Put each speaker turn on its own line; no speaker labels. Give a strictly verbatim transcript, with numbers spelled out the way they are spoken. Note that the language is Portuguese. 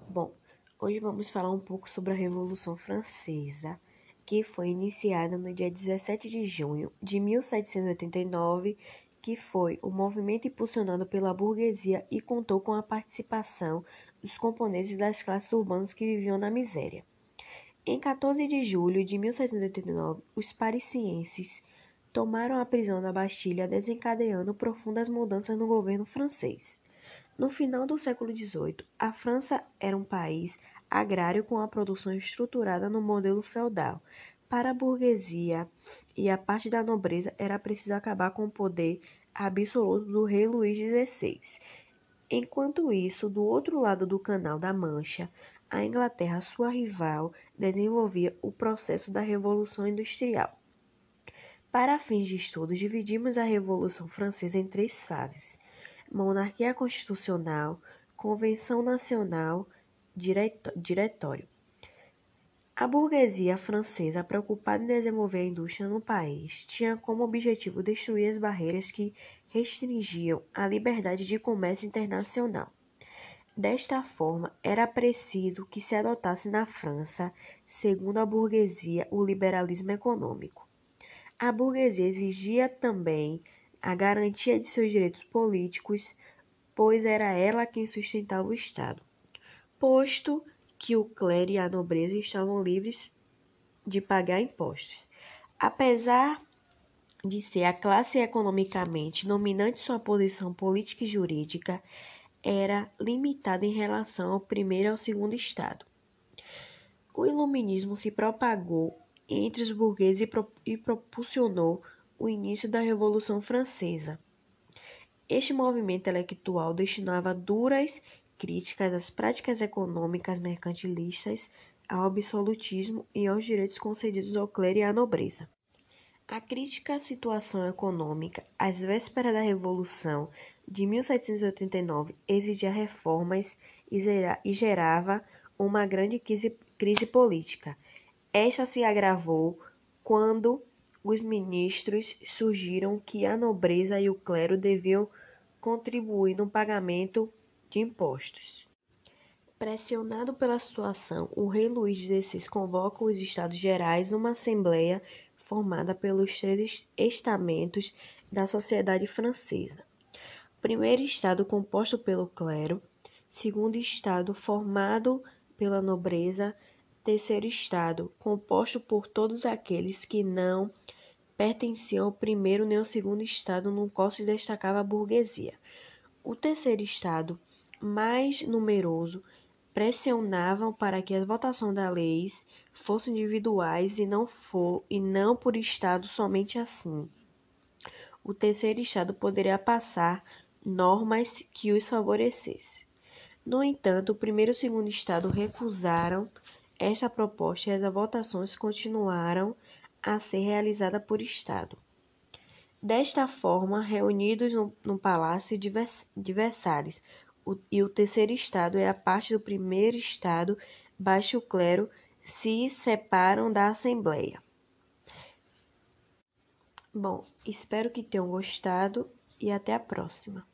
Bom, hoje vamos falar um pouco sobre a Revolução Francesa, que foi iniciada no dia dezessete de junho de mil setecentos e oitenta e nove, que foi um movimento impulsionado pela burguesia e contou com a participação dos camponeses das classes urbanas que viviam na miséria. Em quatorze de julho de mil setecentos e oitenta e nove, os parisienses tomaram a prisão da Bastilha, desencadeando profundas mudanças no governo francês. No final do século dezoito, a França era um país agrário com a produção estruturada no modelo feudal. Para a burguesia e a parte da nobreza, era preciso acabar com o poder absoluto do rei Luís dezesseis. Enquanto isso, do outro lado do Canal da Mancha, a Inglaterra, sua rival, desenvolvia o processo da Revolução Industrial. Para fins de estudo, dividimos a Revolução Francesa em três fases: monarquia constitucional, convenção nacional, diretório. A burguesia francesa, preocupada em desenvolver a indústria no país, tinha como objetivo destruir as barreiras que restringiam a liberdade de comércio internacional. Desta forma, era preciso que se adotasse na França, segundo a burguesia, o liberalismo econômico. A burguesia exigia também a garantia de seus direitos políticos, pois era ela quem sustentava o Estado, posto que o clero e a nobreza estavam livres de pagar impostos. Apesar de ser a classe economicamente dominante, sua posição política e jurídica era limitada em relação ao primeiro e ao segundo estado. O iluminismo se propagou entre os burgueses e, pro, e propulsionou o início da Revolução Francesa. Este movimento intelectual destinava duras críticas às práticas econômicas mercantilistas, ao absolutismo e aos direitos concedidos ao clero e à nobreza. A crítica à situação econômica, às vésperas da Revolução de mil setecentos e oitenta e nove, exigia reformas e gerava uma grande crise, crise política. Esta se agravou quando os ministros surgiram que a nobreza e o clero deviam contribuir no pagamento de impostos. Pressionado pela situação, o rei Luís dezesseis convoca os Estados Gerais, uma assembleia formada pelos três estamentos da sociedade francesa. Primeiro estado composto pelo clero, segundo estado formado pela nobreza, terceiro estado composto por todos aqueles que não pertenciam ao primeiro nem ao segundo estado, no qual se destacava a burguesia. O terceiro estado, mais numeroso, pressionavam para que as votações das leis fossem individuais e não, for, e não por estado. Somente assim o terceiro estado poderia passar normas que os favorecessem. No entanto, o primeiro e o segundo estado recusaram esta proposta e as votações continuaram a ser realizadas por estado. Desta forma, reunidos no, no Palácio de, Vers, de Versalhes, o, e o terceiro estado é a parte do primeiro estado, baixo clero, se separam da Assembleia. Bom, espero que tenham gostado e até a próxima.